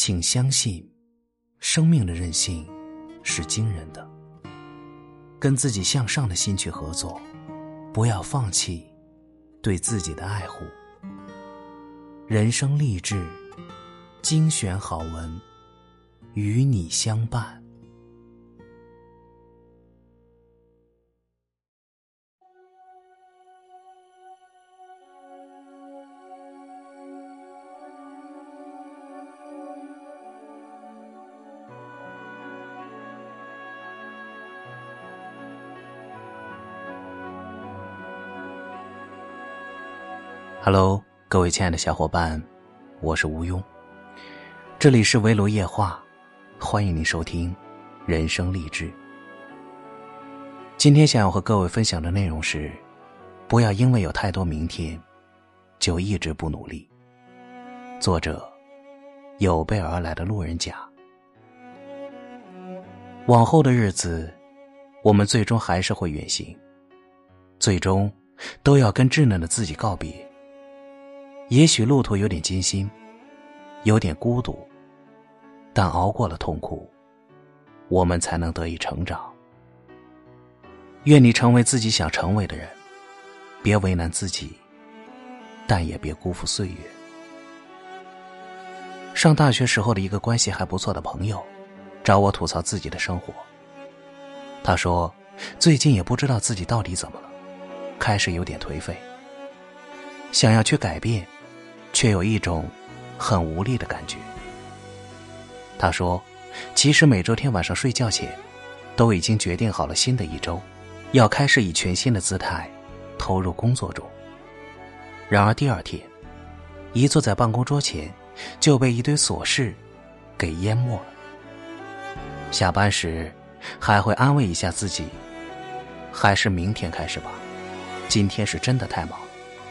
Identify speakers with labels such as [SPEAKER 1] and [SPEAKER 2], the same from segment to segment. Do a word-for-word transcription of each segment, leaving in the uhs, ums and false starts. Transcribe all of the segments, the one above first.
[SPEAKER 1] 请相信，生命的韧性是惊人的。跟自己向上的心去合作，不要放弃对自己的爱护。人生励志，精选好文，与你相伴。Hello， 各位亲爱的小伙伴，我是吴庸，这里是围炉夜话，欢迎您收听人生励志。今天想要和各位分享的内容是，不要因为有太多明天，就一直不努力。作者：有备而来的路人甲。往后的日子，我们最终还是会远行，最终都要跟稚嫩的自己告别。也许路途有点艰辛，有点孤独，但熬过了痛苦，我们才能得以成长。愿你成为自己想成为的人，别为难自己，但也别辜负岁月。上大学时候的一个关系还不错的朋友找我吐槽自己的生活。他说最近也不知道自己到底怎么了，开始有点颓废，想要去改变，却有一种很无力的感觉。他说其实每周天晚上睡觉前都已经决定好了新的一周要开始以全新的姿态投入工作中。然而第二天一坐在办公桌前就被一堆琐事给淹没了。下班时还会安慰一下自己，还是明天开始吧，今天是真的太忙。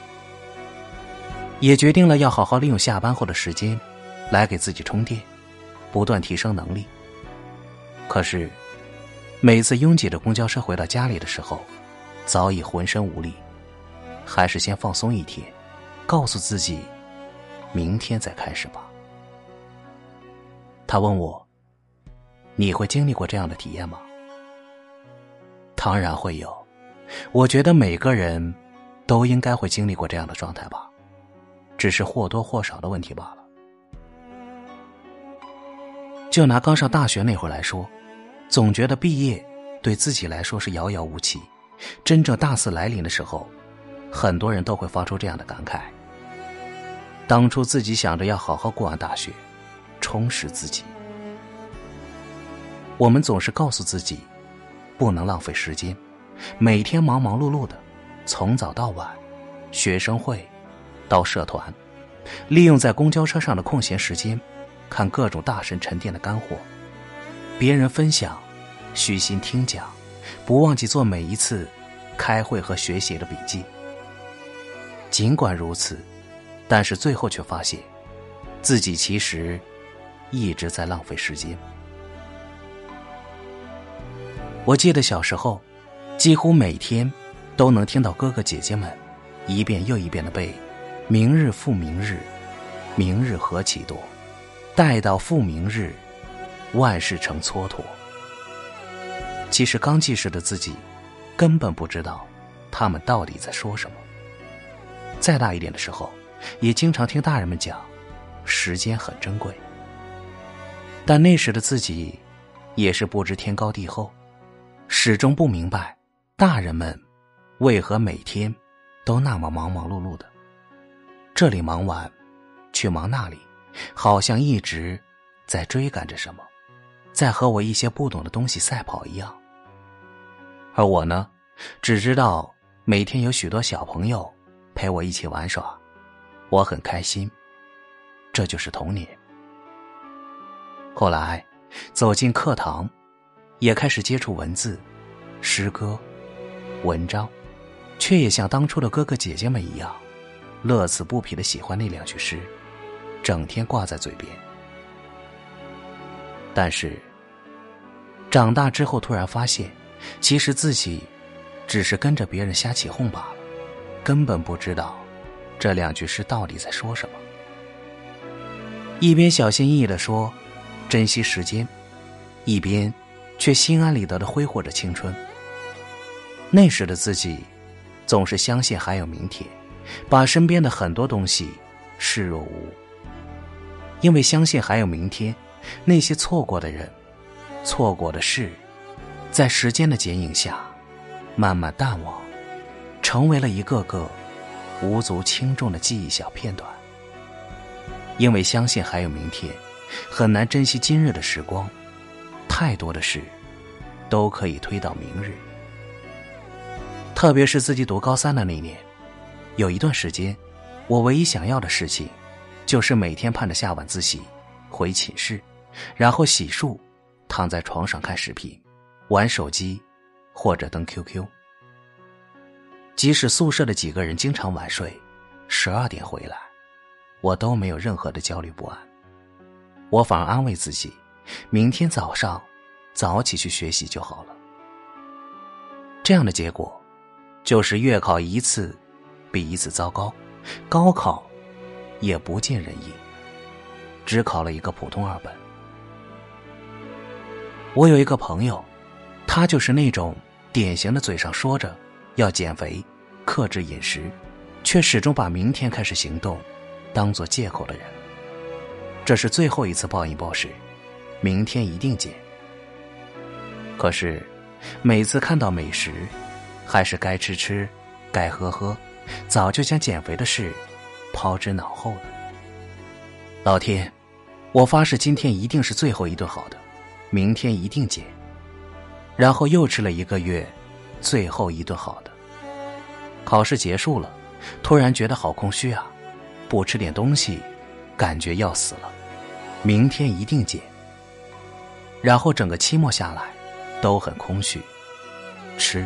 [SPEAKER 1] 也决定了要好好利用下班后的时间来给自己充电，不断提升能力。可是每次拥挤的公交车回到家里的时候，早已浑身无力，还是先放松一天，告诉自己明天再开始吧。他问我，你会经历过这样的体验吗？当然会有，我觉得每个人都应该会经历过这样的状态吧，只是或多或少的问题罢了。就拿刚上大学那会儿来说，总觉得毕业对自己来说是遥遥无期，真正大四来临的时候，很多人都会发出这样的感慨。当初自己想着要好好过完大学，充实自己。我们总是告诉自己不能浪费时间，每天忙忙碌碌的，从早到晚，学生会到社团，利用在公交车上的空闲时间看各种大神沉淀的干货，别人分享虚心听讲，不忘记做每一次开会和学习的笔记。尽管如此，但是最后却发现自己其实一直在浪费时间。我记得小时候几乎每天都能听到哥哥姐姐们一遍又一遍地背明日复明日，明日何其多，待到复明日，万事成蹉跎。其实刚记事的自己根本不知道他们到底在说什么。再大一点的时候也经常听大人们讲时间很珍贵，但那时的自己也是不知天高地厚，始终不明白大人们为何每天都那么忙忙碌碌的，这里忙完去忙那里，好像一直在追赶着什么，在和我一些不懂的东西赛跑一样。而我呢，只知道每天有许多小朋友陪我一起玩耍，我很开心，这就是童年。后来走进课堂，也开始接触文字、诗歌、文章，却也像当初的哥哥姐姐们一样，乐此不疲地喜欢那两句诗，整天挂在嘴边。但是长大之后突然发现，其实自己只是跟着别人瞎起哄罢了，根本不知道这两句诗到底在说什么。 一边小心翼翼地说珍惜时间，一边却心安理得地挥霍着青春。那时的自己总是相信还有明天，把身边的很多东西视若无物。因为相信还有明天，那些错过的人，错过的事，在时间的剪影下慢慢淡忘，成为了一个个无足轻重的记忆小片段。因为相信还有明天，很难珍惜今日的时光，太多的事都可以推到明日。特别是自己读高三的那年，有一段时间，我唯一想要的事情就是每天盼着下晚自习回寝室，然后洗漱，躺在床上看视频，玩手机或者登 Q Q。 即使宿舍的几个人经常晚睡，十二点回来，我都没有任何的焦虑不安。我反而安慰自己，明天早上早起去学习就好了。这样的结果就是月考一次比一次糟糕，高考也不尽人意，只考了一个普通二本。我有一个朋友，他就是那种典型的嘴上说着要减肥克制饮食，却始终把明天开始行动当作借口的人。这是最后一次暴饮暴食，明天一定减。可是每次看到美食，还是该吃吃该喝喝，早就将减肥的事抛之脑后了。老天，我发誓今天一定是最后一顿好的，明天一定减。然后又吃了一个月最后一顿好的。考试结束了，突然觉得好空虚啊，不吃点东西感觉要死了，明天一定减。然后整个期末下来都很空虚，吃。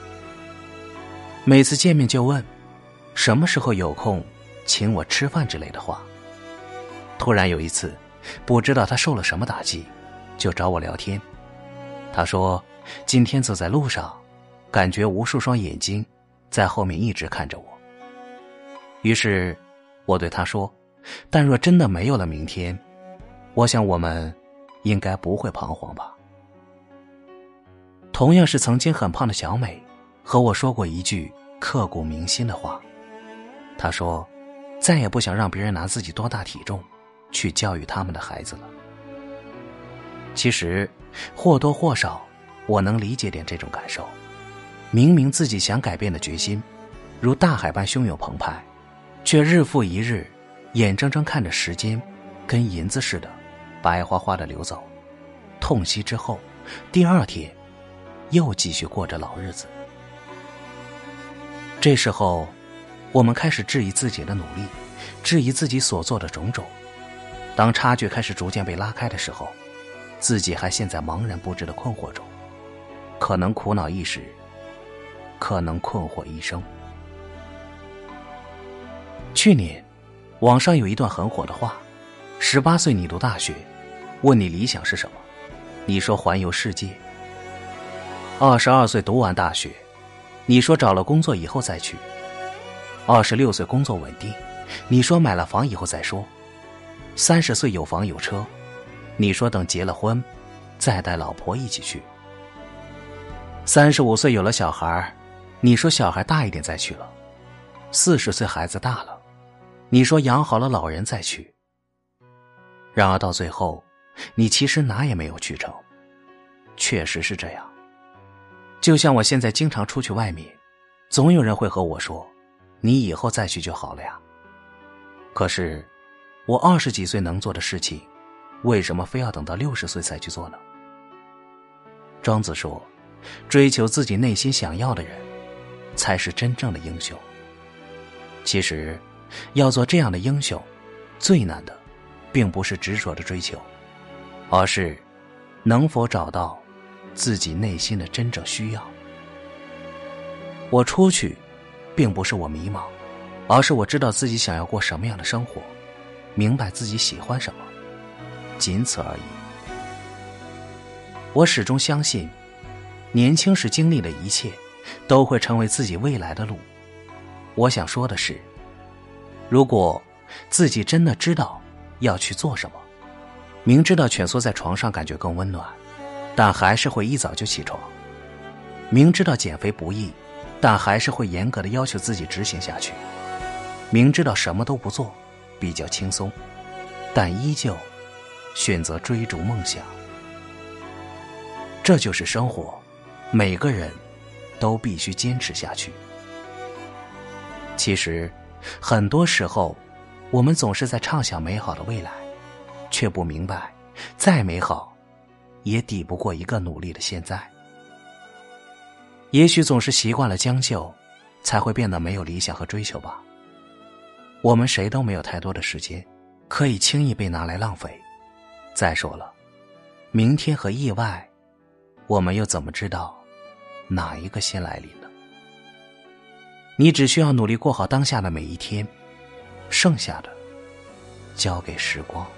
[SPEAKER 1] 每次见面就问什么时候有空请我吃饭之类的话。突然有一次，不知道他受了什么打击，就找我聊天。他说今天走在路上，感觉无数双眼睛在后面一直看着我。于是我对他说，但若真的没有了明天，我想我们应该不会彷徨吧。同样是曾经很胖的小美和我说过一句刻骨铭心的话。她说再也不想让别人拿自己多大体重去教育他们的孩子了。其实或多或少我能理解点这种感受。明明自己想改变的决心如大海般汹涌澎湃，却日复一日眼睁睁看着时间跟银子似的白花花的流走，痛惜之后，第二天又继续过着老日子。这时候我们开始质疑自己的努力，质疑自己所做的种种。当差距开始逐渐被拉开的时候，自己还陷在茫然不知的困惑中，可能苦恼一时，可能困惑一生。去年网上有一段很火的话，十八岁你读大学，问你理想是什么，你说环游世界。二十二岁读完大学，你说找了工作以后再去。二十六岁工作稳定，你说买了房以后再说。三十岁有房有车，你说等结了婚再带老婆一起去。三十五岁有了小孩，你说小孩大一点再去了。四十岁孩子大了，你说养好了老人再去。然而到最后，你其实哪也没有去成。确实是这样。就像我现在经常出去外面，总有人会和我说，你以后再去就好了呀。可是我二十几岁能做的事情，为什么非要等到六十岁才去做呢？庄子说，追求自己内心想要的人才是真正的英雄。其实要做这样的英雄，最难的并不是执着的追求，而是能否找到自己内心的真正需要。我出去并不是我迷茫，而是我知道自己想要过什么样的生活，明白自己喜欢什么，仅此而已。我始终相信，年轻时经历的一切都会成为自己未来的路。我想说的是，如果自己真的知道要去做什么，明知道蜷缩在床上感觉更温暖，但还是会一早就起床。明知道减肥不易，但还是会严格的要求自己执行下去。明知道什么都不做比较轻松，但依旧选择追逐梦想。这就是生活，每个人都必须坚持下去。其实很多时候我们总是在畅想美好的未来，却不明白再美好也抵不过一个努力的现在。也许总是习惯了将就，才会变得没有理想和追求吧。我们谁都没有太多的时间可以轻易被拿来浪费。再说了，明天和意外，我们又怎么知道哪一个先来临呢？你只需要努力过好当下的每一天，剩下的交给时光。